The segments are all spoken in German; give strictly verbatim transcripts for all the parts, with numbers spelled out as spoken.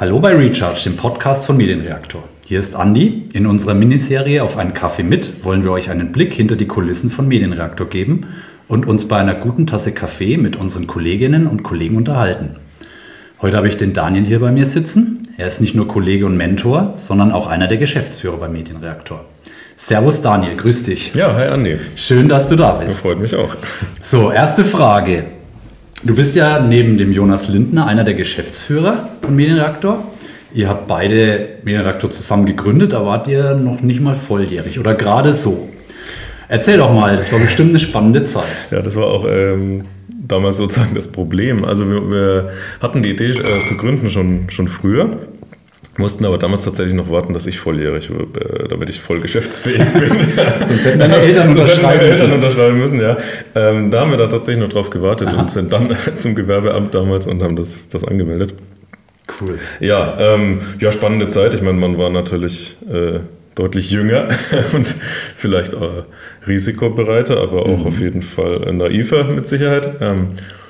Hallo bei Recharge, dem Podcast von Medienreaktor. Hier ist Andi. In unserer Miniserie Auf einen Kaffee mit wollen wir euch einen Blick hinter die Kulissen von Medienreaktor geben und uns bei einer guten Tasse Kaffee mit unseren Kolleginnen und Kollegen unterhalten. Heute habe ich den Daniel hier bei mir sitzen. Er ist nicht nur Kollege und Mentor, sondern auch einer der Geschäftsführer bei Medienreaktor. Servus Daniel, grüß dich. Ja, hi Andi. Schön, dass du da bist. Das freut mich auch. So, erste Frage. Du bist ja neben dem Jonas Lindner einer der Geschäftsführer von Medienreaktor. Ihr habt beide Medienreaktor zusammen gegründet, da wart ihr noch nicht mal volljährig oder gerade so. Erzähl doch mal, das war bestimmt eine spannende Zeit. Ja, das war auch ähm, damals sozusagen das Problem. Also wir, wir hatten die Idee äh, zu gründen schon, schon früher, mussten aber damals tatsächlich noch warten, dass ich volljährig wurde, äh, damit ich voll geschäftsfähig bin. Sonst hätten meine Eltern unterschreiben müssen. Eltern unterschreiben müssen, ja. Ähm, da haben wir da tatsächlich noch drauf gewartet. Aha. Und sind dann zum Gewerbeamt damals und haben das, das angemeldet. Cool. Ja, ähm, ja, spannende Zeit. Ich meine, man war natürlich äh, deutlich jünger und vielleicht auch risikobereiter, aber auch mhm. auf jeden Fall naiver mit Sicherheit. Ähm,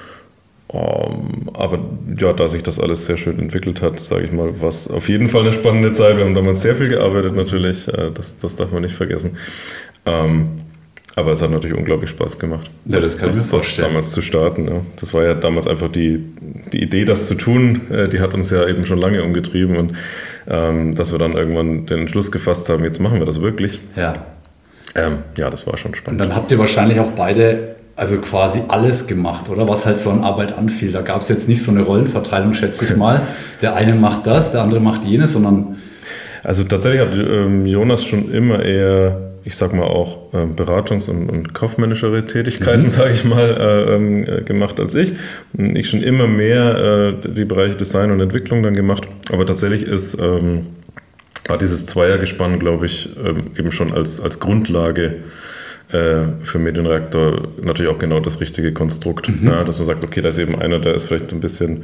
um, aber ja, da sich das alles sehr schön entwickelt hat, sage ich mal, war es auf jeden Fall eine spannende Zeit. Wir haben damals sehr viel gearbeitet natürlich, äh, das, das darf man nicht vergessen. Ähm, Aber es hat natürlich unglaublich Spaß gemacht, ja, das, das, kann das, das damals zu starten. Ja. Das war ja damals einfach die, die Idee, das zu tun, äh, die hat uns ja eben schon lange umgetrieben. Und ähm, dass wir dann irgendwann den Entschluss gefasst haben, jetzt machen wir das wirklich. Ja, ähm, ja, das war schon spannend. Und dann habt ihr wahrscheinlich auch beide also quasi alles gemacht, oder? Was halt so an Arbeit anfiel. Da gab es jetzt nicht so eine Rollenverteilung, schätze ich mal. Der eine macht das, der andere macht jenes, sondern... Also tatsächlich hat ähm, Jonas schon immer eher... ich sag mal auch äh, beratungs- und, und kaufmännischere Tätigkeiten, mhm. sage ich mal, äh, äh, gemacht als ich. Ich schon immer mehr äh, die Bereiche Design und Entwicklung dann gemacht. Aber tatsächlich ist ähm, war dieses Zweiergespann, glaube ich, ähm, eben schon als, als Grundlage äh, für Medienreaktor natürlich auch genau das richtige Konstrukt. Mhm. Ja, dass man sagt, okay, da ist eben einer, der ist vielleicht ein bisschen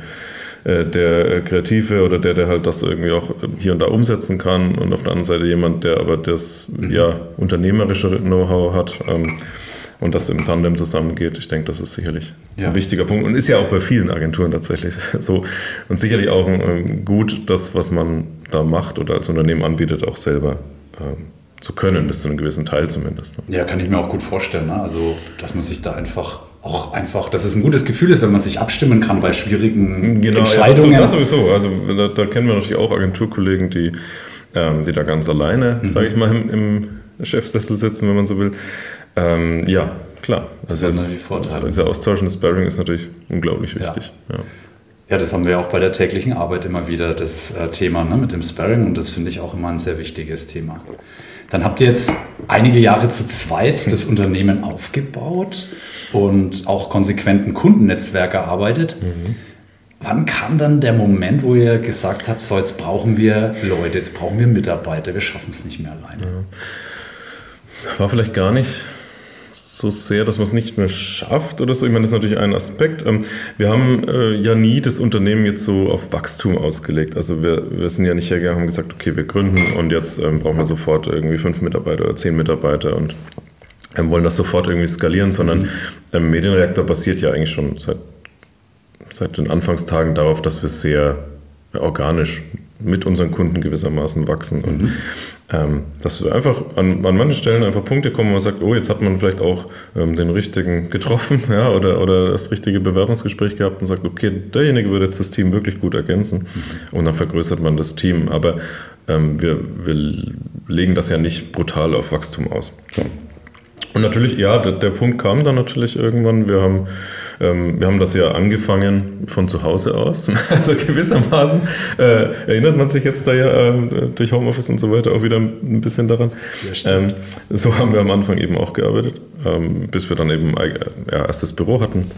der Kreative oder der, der halt das irgendwie auch hier und da umsetzen kann und auf der anderen Seite jemand, der aber das mhm. ja, unternehmerische Know-how hat ähm, und das im Tandem zusammengeht. Ich denke, das ist sicherlich ja. ein wichtiger Punkt und ist ja auch bei vielen Agenturen tatsächlich so und sicherlich auch ähm, gut, das, was man da macht oder als Unternehmen anbietet, auch selber ähm, zu können, bis zu einem gewissen Teil zumindest. Ja, kann ich mir auch gut vorstellen. Ne? Also, dass man sich da einfach auch einfach, dass es ein gutes Gefühl ist, wenn man sich abstimmen kann bei schwierigen genau, Entscheidungen. Ja, das, das sowieso. Also da, da kennen wir natürlich auch Agenturkollegen, die, ähm, die da ganz alleine, mhm. sage ich mal, im, im Chefsessel sitzen, wenn man so will. Ähm, ja, klar. Das also ist das, dieser Austausch und Sparring ist natürlich unglaublich wichtig. Ja. Ja. Ja, das haben wir auch bei der täglichen Arbeit immer wieder, das äh, Thema ne, mit dem Sparring und das finde ich auch immer ein sehr wichtiges Thema. Dann habt ihr jetzt einige Jahre zu zweit das Unternehmen aufgebaut und auch konsequent ein Kundennetzwerk erarbeitet. Mhm. Wann kam dann der Moment, wo ihr gesagt habt, so jetzt brauchen wir Leute, jetzt brauchen wir Mitarbeiter, wir schaffen es nicht mehr alleine? Ja. War vielleicht gar nicht so sehr, dass man es nicht mehr schafft oder so. Ich meine, das ist natürlich ein Aspekt. Wir haben äh, ja nie das Unternehmen jetzt so auf Wachstum ausgelegt. Also wir, wir sind ja nicht hergegangen und haben gesagt, okay, wir gründen und jetzt ähm, brauchen wir sofort irgendwie fünf Mitarbeiter oder zehn Mitarbeiter und ähm, wollen das sofort irgendwie skalieren, sondern ähm, Medienreaktor basiert ja eigentlich schon seit, seit den Anfangstagen darauf, dass wir sehr organisch mit unseren Kunden gewissermaßen wachsen und mhm. ähm, dass wir einfach an, an manchen Stellen einfach Punkte kommen, wo man sagt, oh, jetzt hat man vielleicht auch ähm, den richtigen getroffen, ja, oder, oder das richtige Bewerbungsgespräch gehabt und sagt, okay, derjenige würde jetzt das Team wirklich gut ergänzen mhm. und dann vergrößert man das Team, aber ähm, wir, wir legen das ja nicht brutal auf Wachstum aus. So. Und natürlich, ja, der, der Punkt kam dann natürlich irgendwann, wir haben Ähm, wir haben das ja angefangen von zu Hause aus, also gewissermaßen äh, erinnert man sich jetzt da ja äh, durch Homeoffice und so weiter auch wieder ein bisschen daran. Ja, ähm, so haben wir am Anfang eben auch gearbeitet, ähm, bis wir dann eben ein ja, erstes Büro hatten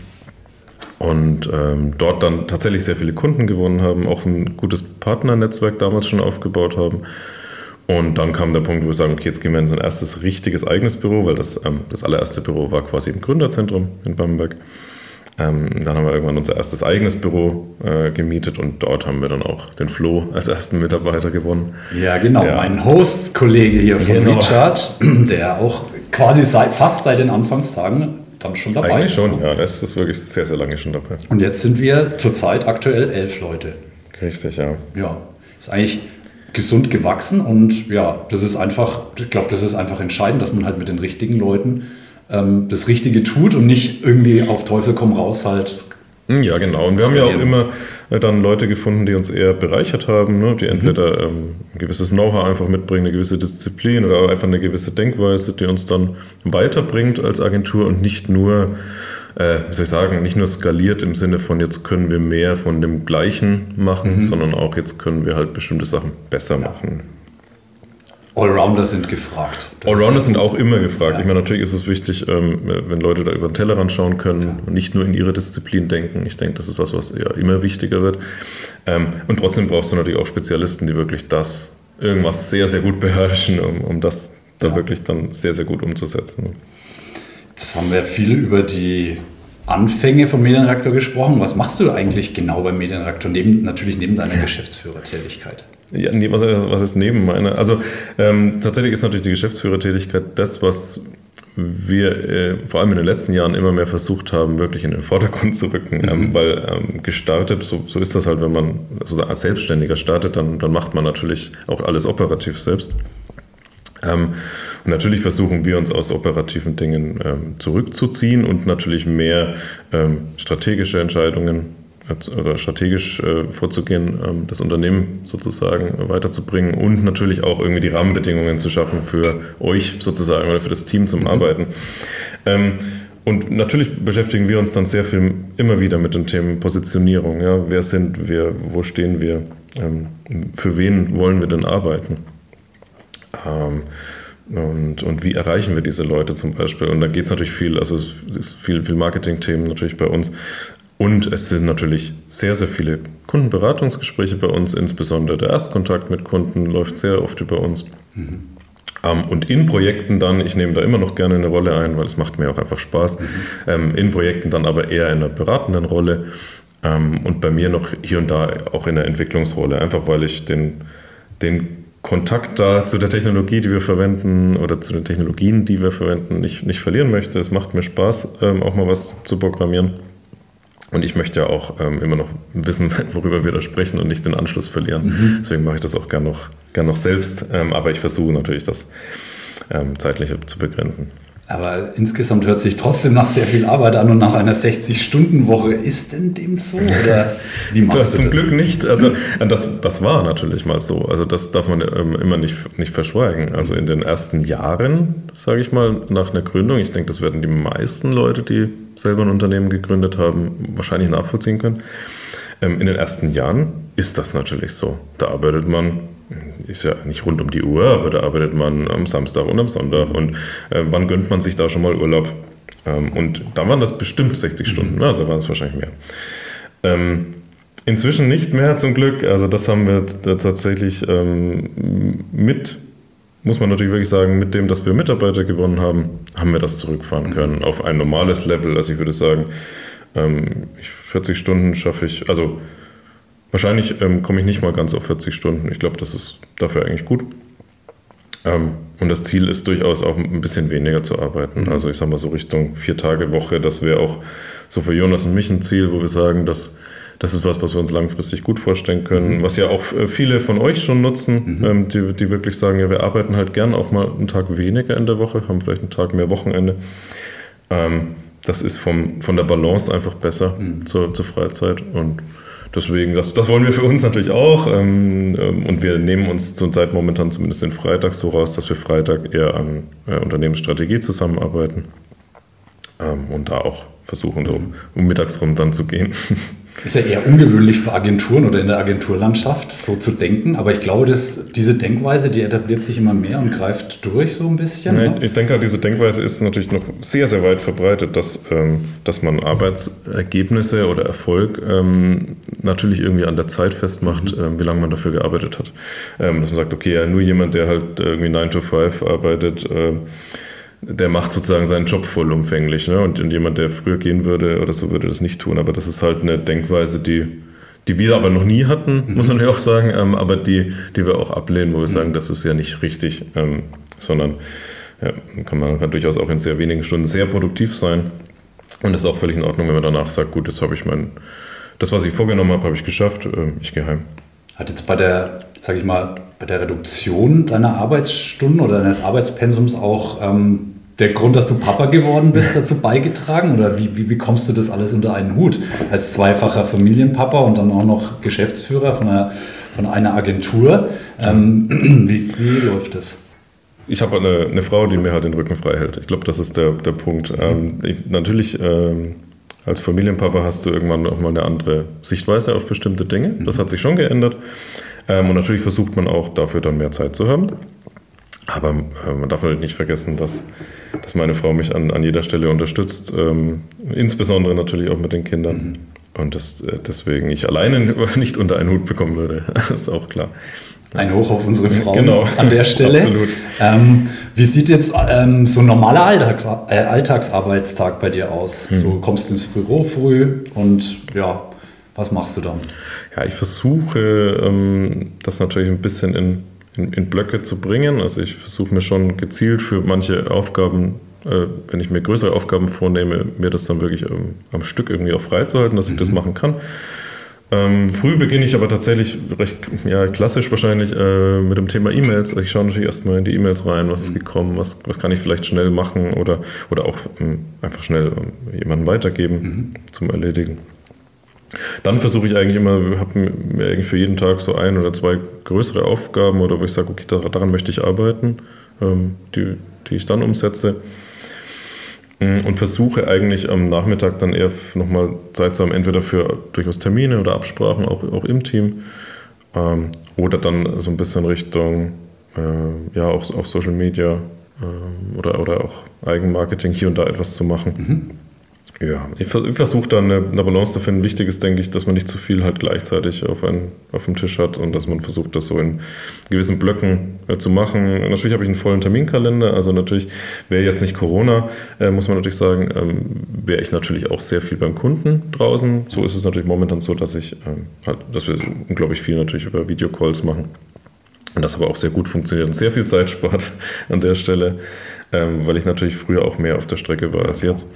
und ähm, dort dann tatsächlich sehr viele Kunden gewonnen haben, auch ein gutes Partnernetzwerk damals schon aufgebaut haben. Und dann kam der Punkt, wo wir sagen, okay, jetzt gehen wir in so ein erstes richtiges eigenes Büro, weil das, ähm, das allererste Büro war quasi im Gründerzentrum in Bamberg. Ähm, dann haben wir irgendwann unser erstes eigenes Büro äh, gemietet und dort haben wir dann auch den Flo als ersten Mitarbeiter gewonnen. Ja, genau. Ja. Mein Host-Kollege hier von genau. Recharge, der auch quasi seit, fast seit den Anfangstagen dann schon dabei Eigentlich ist. schon, ne? Ja, das ist wirklich sehr, sehr lange schon dabei. Und jetzt sind wir zurzeit aktuell elf Leute. Richtig, ja. Ja, ist eigentlich gesund gewachsen und ja, das ist einfach, ich glaube, das ist einfach entscheidend, dass man halt mit den richtigen Leuten ähm, das Richtige tut und nicht irgendwie auf Teufel komm raus halt. Ja, genau. Und wir haben ja auch immer dann Leute gefunden, die uns eher bereichert haben, ne? Die entweder ähm, ein gewisses Know-how einfach mitbringen, eine gewisse Disziplin oder auch einfach eine gewisse Denkweise, die uns dann weiterbringt als Agentur und nicht nur, äh, wie soll ich sagen, nicht nur skaliert im Sinne von jetzt können wir mehr von dem Gleichen machen, mhm. sondern auch jetzt können wir halt bestimmte Sachen besser machen. Allrounder sind gefragt. Das Allrounder sind auch immer gefragt. Ja. Ich meine, natürlich ist es wichtig, wenn Leute da über den Tellerrand schauen können ja. und nicht nur in ihre Disziplin denken. Ich denke, das ist was, was ja immer wichtiger wird. Und trotzdem brauchst du natürlich auch Spezialisten, die wirklich das irgendwas sehr, sehr gut beherrschen, um, um das da ja. wirklich dann sehr, sehr gut umzusetzen. Jetzt haben wir viel über die Anfänge vom Medienredakteur gesprochen. Was machst du eigentlich genau beim Medienredakteur, neben, natürlich neben deiner Geschäftsführertätigkeit? Ja, was, was ist neben meiner? Also ähm, tatsächlich ist natürlich die Geschäftsführertätigkeit das, was wir äh, vor allem in den letzten Jahren immer mehr versucht haben, wirklich in den Vordergrund zu rücken. Mhm. Ähm, weil ähm, gestartet, so, so ist das halt, wenn man also als Selbstständiger startet, dann, dann macht man natürlich auch alles operativ selbst. Ähm, und natürlich versuchen wir uns aus operativen Dingen ähm, zurückzuziehen und natürlich mehr ähm, strategische Entscheidungen oder strategisch äh, vorzugehen, ähm, das Unternehmen sozusagen weiterzubringen und natürlich auch irgendwie die Rahmenbedingungen zu schaffen für euch sozusagen oder für das Team zum mhm. Arbeiten. Ähm, und natürlich beschäftigen wir uns dann sehr viel immer wieder mit den Themen Positionierung. Ja? Wer sind wir, wo stehen wir, ähm, für wen wollen wir denn arbeiten? Ähm, und, und wie erreichen wir diese Leute zum Beispiel? Und da geht es natürlich viel, also es ist viel, viel Marketing-Themen natürlich bei uns. Und es sind natürlich sehr, sehr viele Kundenberatungsgespräche bei uns, insbesondere der Erstkontakt mit Kunden läuft sehr oft über uns. Mhm. Ähm, und in Projekten dann, ich nehme da immer noch gerne eine Rolle ein, weil es macht mir auch einfach Spaß, mhm. ähm, in Projekten dann aber eher in einer beratenden Rolle ähm, und bei mir noch hier und da auch in der Entwicklungsrolle, einfach weil ich den, den Kontakt da zu der Technologie, die wir verwenden oder zu den Technologien, die wir verwenden, nicht, nicht verlieren möchte. Es macht mir Spaß, ähm, auch mal was zu programmieren. Und ich möchte ja auch ähm, immer noch wissen, worüber wir da sprechen und nicht den Anschluss verlieren. Mhm. Deswegen mache ich das auch gerne noch, gern noch selbst. Ähm, aber ich versuche natürlich, das ähm, zeitlich zu begrenzen. Aber insgesamt hört sich trotzdem nach sehr viel Arbeit an und nach einer sechzig-Stunden-Woche. Ist denn dem so? Oder wie machst das du zum das? Glück nicht. Also das, das war natürlich mal so. Also das darf man ähm, immer nicht, nicht verschweigen. Also in den ersten Jahren, sage ich mal, nach einer Gründung, ich denke, das werden die meisten Leute, die selber ein Unternehmen gegründet haben, wahrscheinlich nachvollziehen können. Ähm, in den ersten Jahren ist das natürlich so. Da arbeitet man, ist ja nicht rund um die Uhr, aber da arbeitet man am Samstag und am Sonntag. Und äh, wann gönnt man sich da schon mal Urlaub? Ähm, und da waren das bestimmt sechzig Stunden, mhm. ne? Da waren es wahrscheinlich mehr. Ähm, inzwischen nicht mehr zum Glück. Also das haben wir da tatsächlich ähm, mit, muss man natürlich wirklich sagen, mit dem, dass wir Mitarbeiter gewonnen haben, haben wir das zurückfahren können auf ein normales Level. Also ich würde sagen, ähm, vierzig Stunden schaffe ich, also wahrscheinlich ähm, komme ich nicht mal ganz auf vierzig Stunden. Ich glaube, das ist dafür eigentlich gut. Ähm, und das Ziel ist durchaus auch ein bisschen weniger zu arbeiten. Mhm. Also ich sage mal so Richtung vier Tage Woche. Das wäre auch so für Jonas und mich ein Ziel, wo wir sagen, dass das ist was, was wir uns langfristig gut vorstellen können. Mhm. Was ja auch viele von euch schon nutzen, mhm. ähm, die, die wirklich sagen, ja, wir arbeiten halt gern auch mal einen Tag weniger in der Woche, haben vielleicht einen Tag mehr Wochenende. Ähm, das ist vom, von der Balance einfach besser mhm. zur, zur Freizeit und deswegen, das, das wollen wir für uns natürlich auch ähm, und wir nehmen uns zurzeit momentan zumindest den Freitag so raus, dass wir Freitag eher an äh, Unternehmensstrategie zusammenarbeiten ähm, und da auch versuchen, so um mittags rum dann zu gehen. Ist ja eher ungewöhnlich für Agenturen oder in der Agenturlandschaft so zu denken, aber ich glaube, dass diese Denkweise, die etabliert sich immer mehr und greift durch so ein bisschen. Ja, ne? ich, ich denke, diese Denkweise ist natürlich noch sehr, sehr weit verbreitet, dass, ähm, dass man Arbeitsergebnisse oder Erfolg ähm, natürlich irgendwie an der Zeit festmacht, mhm. ähm, wie lange man dafür gearbeitet hat. Ähm, dass man sagt, okay, ja, nur jemand, der halt irgendwie nine to five arbeitet, äh, der macht sozusagen seinen Job vollumfänglich, ne? Und jemand, der früher gehen würde oder so, würde das nicht tun. Aber das ist halt eine Denkweise, die, die wir aber noch nie hatten, mhm. muss man ja auch sagen, ähm, aber die, die wir auch ablehnen, wo wir mhm. sagen, das ist ja nicht richtig, ähm, sondern ja, kann man kann durchaus auch in sehr wenigen Stunden sehr produktiv sein. Und das ist auch völlig in Ordnung, wenn man danach sagt, gut, jetzt habe ich mein das, was ich vorgenommen habe, habe ich geschafft. Ich gehe heim. Hat jetzt bei der, sag ich mal, bei der Reduktion deiner Arbeitsstunden oder deines Arbeitspensums auch ähm, der Grund, dass du Papa geworden bist, dazu beigetragen? Oder wie, wie bekommst du das alles unter einen Hut? Als zweifacher Familienpapa und dann auch noch Geschäftsführer von einer, von einer Agentur. Ähm, wie, wie läuft das? Ich habe eine, eine Frau, die mir halt den Rücken frei hält. Ich glaube, das ist der, der Punkt. Ähm, ich, natürlich, ähm, als Familienpapa hast du irgendwann auch mal eine andere Sichtweise auf bestimmte Dinge. Das hat sich schon geändert. Ähm, und natürlich versucht man auch dafür dann mehr Zeit zu haben. Aber äh, man darf natürlich nicht vergessen, dass, dass meine Frau mich an, an jeder Stelle unterstützt. Ähm, insbesondere natürlich auch mit den Kindern. Mhm. Und das, äh, deswegen ich alleine nicht unter einen Hut bekommen würde. Das ist auch klar. Ein Hoch auf unsere Frauen genau. an der Stelle. Absolut. Ähm, wie sieht jetzt ähm, so ein normaler Alltags- äh, Alltagsarbeitstag bei dir aus? Hm. So kommst du ins Büro früh und ja, was machst du dann? Ja, ich versuche ähm, das natürlich ein bisschen in, in, in Blöcke zu bringen. Also ich versuche mir schon gezielt für manche Aufgaben, äh, wenn ich mir größere Aufgaben vornehme, mir das dann wirklich ähm, am Stück irgendwie auch freizuhalten, dass ich mhm. das machen kann. Ähm, früh beginne ich aber tatsächlich recht ja, klassisch wahrscheinlich äh, mit dem Thema E-Mails. Ich schaue natürlich erstmal in die E-Mails rein, was ist gekommen, was, was kann ich vielleicht schnell machen oder, oder auch ähm, einfach schnell ähm, jemandem weitergeben mhm. zum Erledigen. Dann versuche ich eigentlich immer, habe mir eigentlich für jeden Tag so ein oder zwei größere Aufgaben oder wo ich sage, okay, daran möchte ich arbeiten, ähm, die, die ich dann umsetze. Und versuche eigentlich am Nachmittag dann eher nochmal Zeit zu haben, entweder für durchaus Termine oder Absprachen, auch, auch im Team, ähm, oder dann so ein bisschen Richtung äh, ja, auch, auch Social Media äh, oder, oder auch Eigenmarketing hier und da etwas zu machen. Mhm. Ja, ich, ich versuche dann eine, eine Balance zu finden. Wichtig ist, denke ich, dass man nicht zu viel halt gleichzeitig auf, einen, auf dem Tisch hat und dass man versucht, das so in gewissen Blöcken äh, zu machen. Natürlich habe ich einen vollen Terminkalender, also natürlich wäre jetzt nicht Corona, äh, muss man natürlich sagen, ähm, wäre ich natürlich auch sehr viel beim Kunden draußen. So ist es natürlich momentan so, dass ich ähm, halt, dass wir unglaublich viel natürlich über Videocalls machen. Und das aber auch sehr gut funktioniert und sehr viel Zeit spart an der Stelle, ähm, weil ich natürlich früher auch mehr auf der Strecke war als jetzt.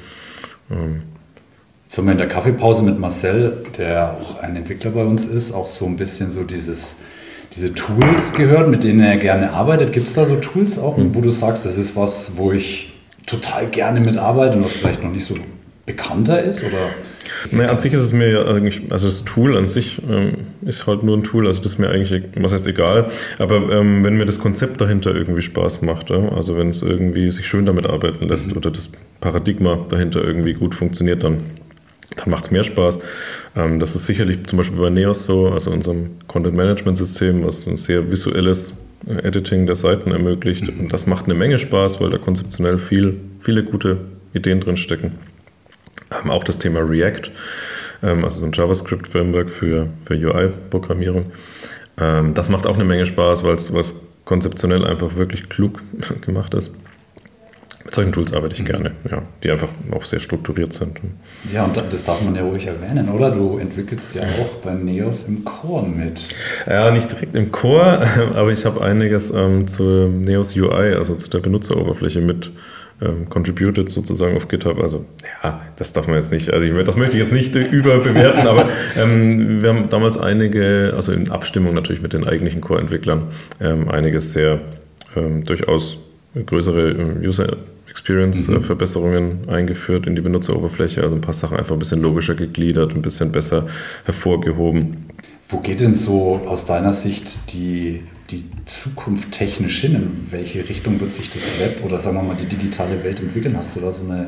Jetzt haben wir in der Kaffeepause mit Marcel, der auch ein Entwickler bei uns ist, auch so ein bisschen so dieses, diese Tools gehört, mit denen er gerne arbeitet. Gibt es da so Tools auch, wo du sagst, das ist was, wo ich total gerne mitarbeite und was vielleicht noch nicht so bekannter ist? Oder? Naja, an sich ist es mir ja eigentlich, also das Tool an sich ähm, ist halt nur ein Tool, also das ist mir eigentlich, was heißt egal, aber ähm, wenn mir das Konzept dahinter irgendwie Spaß macht, ja, also wenn es irgendwie sich schön damit arbeiten lässt mhm. oder das Paradigma dahinter irgendwie gut funktioniert, dann, dann macht es mehr Spaß. Ähm, das ist sicherlich zum Beispiel bei Neos so, also unserem Content-Management-System, was ein sehr visuelles Editing der Seiten ermöglicht. Mhm. Und das macht eine Menge Spaß, weil da konzeptionell viel, viele gute Ideen drin stecken. Ähm, auch das Thema React, ähm, also so ein JavaScript-Framework für, für U I-Programmierung. Ähm, das macht auch eine Menge Spaß, weil es konzeptionell einfach wirklich klug gemacht ist. Mit solchen Tools arbeite ich mhm. gerne, ja, die einfach auch sehr strukturiert sind. Ja, und das darf man ja ruhig erwähnen, oder? Du entwickelst ja auch bei Neos im Core mit. Ja, nicht direkt im Core, aber ich habe einiges ähm, zu Neos U I, also zu der Benutzeroberfläche mit ähm, contributed sozusagen auf GitHub. Also ja, das darf man jetzt nicht, also ich, das möchte ich jetzt nicht überbewerten, aber ähm, wir haben damals einige, also in Abstimmung natürlich mit den eigentlichen Core-Entwicklern, ähm, einiges sehr ähm, durchaus größere ähm, User Experience-Verbesserungen mhm. eingeführt in die Benutzeroberfläche, also ein paar Sachen einfach ein bisschen logischer gegliedert, ein bisschen besser hervorgehoben. Wo geht denn so aus deiner Sicht die, die Zukunft technisch hin? In welche Richtung wird sich das Web oder sagen wir mal die digitale Welt entwickeln? Hast du da so eine,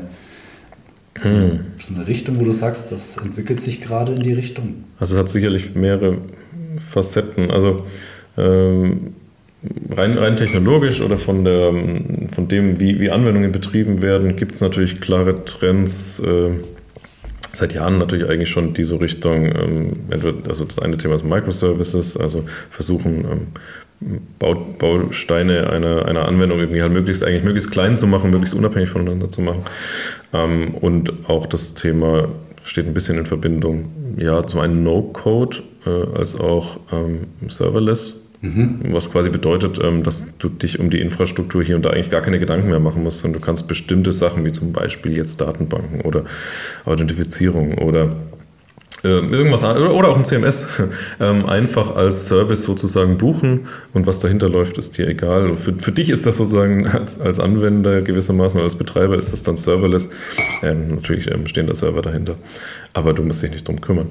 so, hm. so eine Richtung, wo du sagst, das entwickelt sich gerade in die Richtung? Also es hat sicherlich mehrere Facetten. Also ähm, Rein, rein technologisch oder von, der, von dem, wie, wie Anwendungen betrieben werden, gibt es natürlich klare Trends, äh, seit Jahren natürlich eigentlich schon diese Richtung, ähm, entweder, also das eine Thema ist Microservices, also versuchen ähm, Bau, Bausteine einer, einer Anwendung irgendwie halt möglichst, eigentlich möglichst klein zu machen, möglichst unabhängig voneinander zu machen. Ähm, und auch das Thema steht ein bisschen in Verbindung, ja, zum einen No-Code äh, als auch ähm, Serverless. Mhm. Was quasi bedeutet, dass du dich um die Infrastruktur hier und da eigentlich gar keine Gedanken mehr machen musst, sondern du kannst bestimmte Sachen wie zum Beispiel jetzt Datenbanken oder Authentifizierung oder Irgendwas oder auch ein C M S einfach als Service sozusagen buchen und was dahinter läuft, ist dir egal. Und für, für dich ist das sozusagen als, als Anwender gewissermaßen oder als Betreiber ist das dann serverless. Ähm, natürlich ähm, stehen da Server dahinter, aber du musst dich nicht drum kümmern.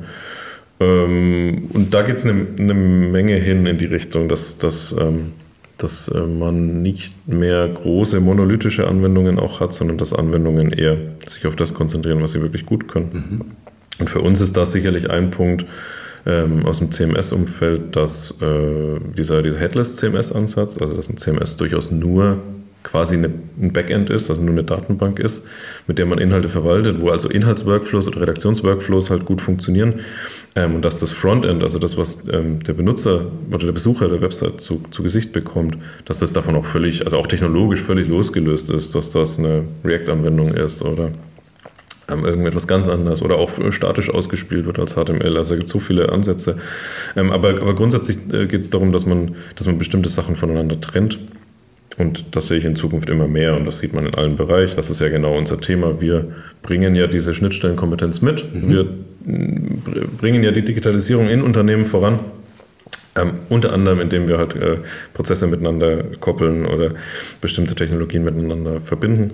Ähm, und da geht es eine, eine Menge hin in die Richtung, dass, dass, ähm, dass äh, man nicht mehr große monolithische Anwendungen auch hat, sondern dass Anwendungen eher sich auf das konzentrieren, was sie wirklich gut können. Mhm. Und für uns ist das sicherlich ein Punkt ähm, aus dem C M S-Umfeld, dass äh, dieser, dieser Headless-C M S-Ansatz, also dass ein C M S durchaus nur quasi eine, ein Backend ist, also nur eine Datenbank ist, mit der man Inhalte verwaltet, wo also Inhaltsworkflows oder Redaktionsworkflows halt gut funktionieren ähm, und dass das Frontend, also das, was ähm, der Benutzer oder der Besucher der Website zu, zu Gesicht bekommt, dass das davon auch völlig, also auch technologisch völlig losgelöst ist, dass das eine React-Anwendung ist oder Ähm, irgendetwas ganz anderes oder auch statisch ausgespielt wird als H T M L. Also es gibt so viele Ansätze. Ähm, aber, aber grundsätzlich äh, geht es darum, dass man, dass man bestimmte Sachen voneinander trennt. Und das sehe ich in Zukunft immer mehr und das sieht man in allen Bereichen. Das ist ja genau unser Thema. Wir bringen ja diese Schnittstellenkompetenz mit. Mhm. Wir äh, bringen ja die Digitalisierung in Unternehmen voran. Ähm, unter anderem, indem wir halt äh, Prozesse miteinander koppeln oder bestimmte Technologien miteinander verbinden,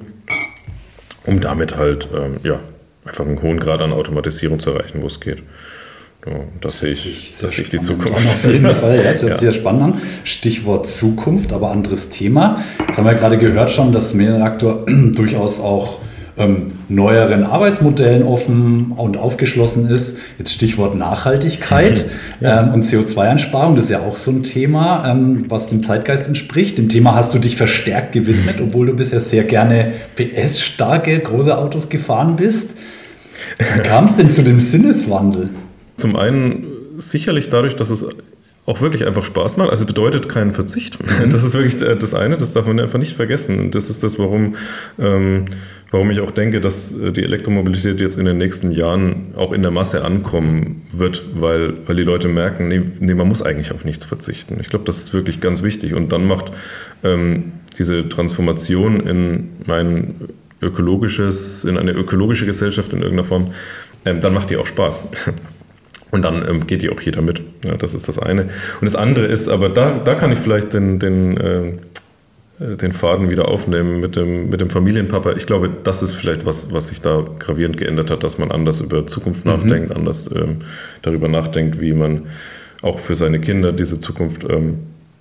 um damit halt ähm, ja, einfach einen hohen Grad an Automatisierung zu erreichen, wo es geht. Ja, das sehe ich, das sehe ich die Zukunft. Auf jeden Fall, ja, das hört ja. sich sehr spannend an. Stichwort Zukunft, aber anderes Thema. Jetzt haben wir ja gerade gehört schon, dass Medienaktor durchaus auch ähm, neueren Arbeitsmodellen offen und aufgeschlossen ist. Jetzt Stichwort Nachhaltigkeit ja. ähm, und C O zwei Einsparung, das ist ja auch so ein Thema, ähm, was dem Zeitgeist entspricht. Dem Thema hast du dich verstärkt gewidmet, obwohl du bisher sehr gerne P S-starke, große Autos gefahren bist. Wie kam es denn zu dem Sinneswandel? Zum einen sicherlich dadurch, dass es auch wirklich einfach Spaß macht. Also es bedeutet keinen Verzicht. Mhm. Das ist wirklich das eine, das darf man einfach nicht vergessen. Das ist das, warum, ähm, warum ich auch denke, dass die Elektromobilität jetzt in den nächsten Jahren auch in der Masse ankommen wird, weil, weil die Leute merken, nee, nee, man muss eigentlich auf nichts verzichten. Ich glaube, das ist wirklich ganz wichtig. Und dann macht ähm, diese Transformation in ein ökologisches, in eine ökologische Gesellschaft in irgendeiner Form, ähm, dann macht die auch Spaß. Und dann ähm, geht die auch jeder mit. Ja, das ist das eine. Und das andere ist, aber da, da kann ich vielleicht den, den, äh, den Faden wieder aufnehmen mit dem, mit dem Familienpapa. Ich glaube, das ist vielleicht was, was sich da gravierend geändert hat, dass man anders über Zukunft mhm. nachdenkt, anders ähm, darüber nachdenkt, wie man auch für seine Kinder diese Zukunft ähm,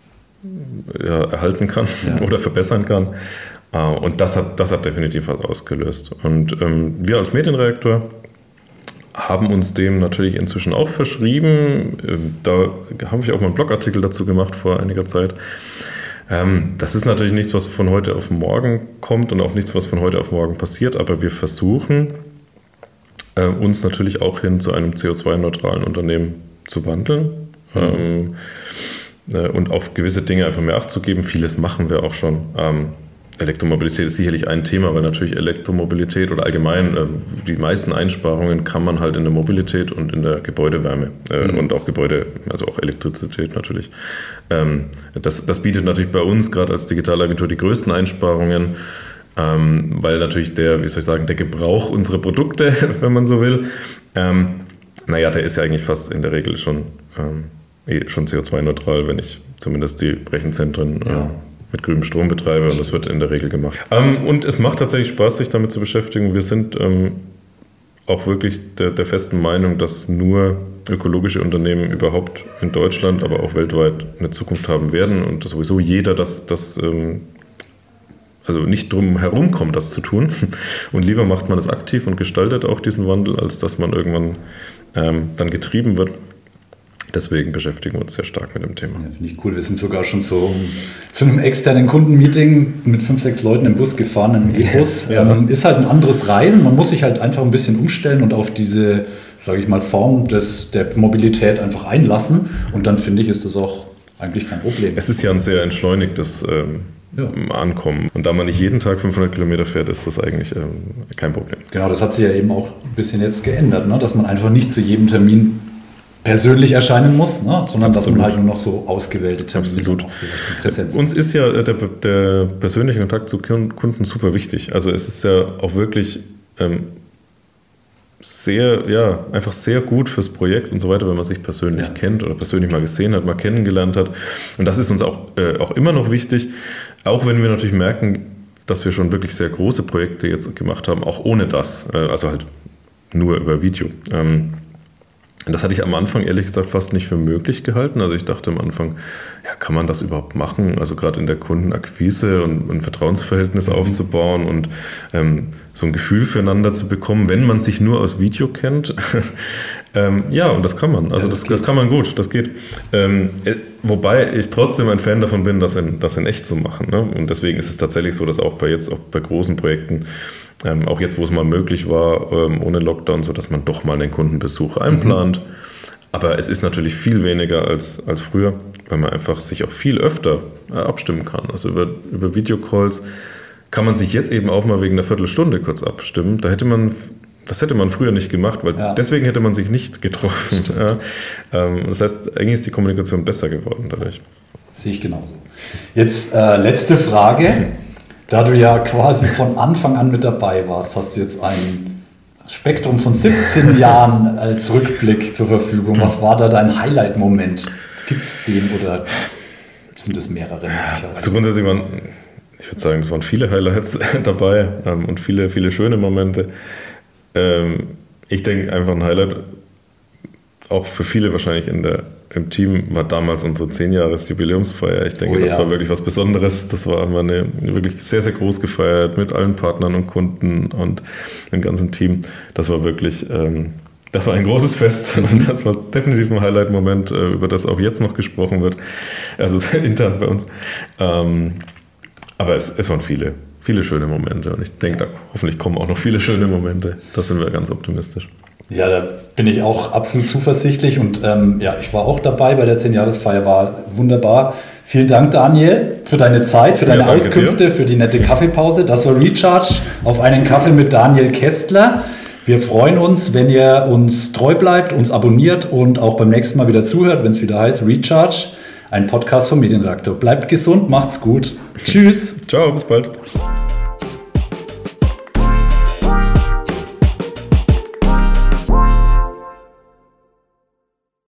ja, erhalten kann ja. oder verbessern kann. Äh, und das hat, das hat definitiv was ausgelöst. Und ähm, wir als Medienreaktor haben uns dem natürlich inzwischen auch verschrieben. Da habe ich auch mal einen Blogartikel dazu gemacht vor einiger Zeit. Das ist natürlich nichts, was von heute auf morgen kommt und auch nichts, was von heute auf morgen passiert, aber wir versuchen, uns natürlich auch hin zu einem C O zwei neutralen Unternehmen zu wandeln mhm. und auf gewisse Dinge einfach mehr Acht zu geben. Vieles machen wir auch schon. Elektromobilität ist sicherlich ein Thema, weil natürlich Elektromobilität oder allgemein äh, die meisten Einsparungen kann man halt in der Mobilität und in der Gebäudewärme äh, mhm. und auch Gebäude, also auch Elektrizität natürlich. Ähm, das, das bietet natürlich bei uns gerade als Digitalagentur die größten Einsparungen, ähm, weil natürlich der, wie soll ich sagen, der Gebrauch unserer Produkte, wenn man so will, ähm, naja, der ist ja eigentlich fast in der Regel schon, ähm, schon C O zwei neutral, wenn ich zumindest die Rechenzentren ja. äh, mit grünem Strom betreibe und das wird in der Regel gemacht. Ähm, und es macht tatsächlich Spaß, sich damit zu beschäftigen. Wir sind ähm, auch wirklich der, der festen Meinung, dass nur ökologische Unternehmen überhaupt in Deutschland, aber auch weltweit eine Zukunft haben werden und dass sowieso jeder das, das ähm, also nicht drum herum kommt, das zu tun. Und lieber macht man das aktiv und gestaltet auch diesen Wandel, als dass man irgendwann ähm, dann getrieben wird. Deswegen beschäftigen wir uns sehr stark mit dem Thema. Ja, finde ich cool. Wir sind sogar schon so zu einem externen Kundenmeeting mit fünf, sechs Leuten im Bus gefahren, im E-Bus. Ja. Ähm, ist halt ein anderes Reisen. Man muss sich halt einfach ein bisschen umstellen und auf diese, sage ich mal, Form des, der Mobilität einfach einlassen. Und dann finde ich, ist das auch eigentlich kein Problem. Es ist ja ein sehr entschleunigtes ähm, ja. Ankommen. Und da man nicht jeden Tag fünfhundert Kilometer fährt, ist das eigentlich ähm, kein Problem. Genau, das hat sich ja eben auch ein bisschen jetzt geändert, ne? Dass man einfach nicht zu jedem Termin persönlich erscheinen muss, ne? Sondern Absolut. Dass man halt nur noch so ausgewählte Termine Absolut. Präsenz. Uns ist ja der, der persönliche Kontakt zu Kunden super wichtig. Also es ist ja auch wirklich ähm, sehr, ja, einfach sehr gut fürs Projekt und so weiter, wenn man sich persönlich ja. kennt oder persönlich mal gesehen hat, mal kennengelernt hat. Und das ist uns auch, äh, auch immer noch wichtig, auch wenn wir natürlich merken, dass wir schon wirklich sehr große Projekte jetzt gemacht haben, auch ohne das, äh, also halt nur über Video. Ähm, Das hatte ich am Anfang ehrlich gesagt fast nicht für möglich gehalten. Also ich dachte am Anfang, ja, kann man das überhaupt machen? Also gerade in der Kundenakquise und ein Vertrauensverhältnis mhm. aufzubauen und ähm, so ein Gefühl füreinander zu bekommen, wenn man sich nur aus Video kennt. ähm, ja, und das kann man. Also ja, das, das, das kann man gut, das geht. Ähm, äh, wobei ich trotzdem ein Fan davon bin, das in, das in echt zu machen. Ne? Und deswegen ist es tatsächlich so, dass auch bei jetzt auch bei großen Projekten, Ähm, auch jetzt, wo es mal möglich war, ähm, ohne Lockdown, so dass man doch mal den Kundenbesuch einplant. Mhm. Aber es ist natürlich viel weniger als, als früher, weil man einfach sich auch viel öfter äh, abstimmen kann. Also über, über Videocalls kann man sich jetzt eben auch mal wegen einer Viertelstunde kurz abstimmen. Da hätte man, das hätte man früher nicht gemacht, weil ja. deswegen hätte man sich nicht getroffen. Ja. Ähm, das heißt, eigentlich ist die Kommunikation besser geworden dadurch. Sehe ich genauso. Jetzt äh, letzte Frage. Da du ja quasi von Anfang an mit dabei warst, hast du jetzt ein Spektrum von siebzehn Jahren als Rückblick zur Verfügung. Was war da dein Highlight-Moment? Gibt es den oder sind es mehrere? Also grundsätzlich waren, ich würde sagen, es waren viele Highlights dabei ähm, und viele, viele schöne Momente. Ähm, ich denke einfach ein Highlight, auch für viele wahrscheinlich in der im Team, war damals unsere zehn-Jahres-Jubiläumsfeier. Ich denke, oh, das ja. war wirklich was Besonderes. Das war immer eine wirklich sehr, sehr groß gefeiert mit allen Partnern und Kunden und dem ganzen Team. Das war wirklich, ähm, das war ein großes Fest und das war definitiv ein Highlight-Moment, äh, über das auch jetzt noch gesprochen wird, also intern bei uns. Ähm, aber es, es waren viele, viele schöne Momente und ich denke, da hoffentlich kommen auch noch viele schöne Momente. Da sind wir ganz optimistisch. Ja, da bin ich auch absolut zuversichtlich und ähm, ja, ich war auch dabei bei der zehn-Jahres-Feier, war wunderbar. Vielen Dank, Daniel, für deine Zeit, für deine ja, Auskünfte, dir. für die nette Kaffeepause. Das war Recharge auf einen Kaffee mit Daniel Kästler. Wir freuen uns, wenn ihr uns treu bleibt, uns abonniert und auch beim nächsten Mal wieder zuhört, wenn es wieder heißt Recharge, ein Podcast vom Medienredaktor. Bleibt gesund, macht's gut. Tschüss. Ciao, bis bald.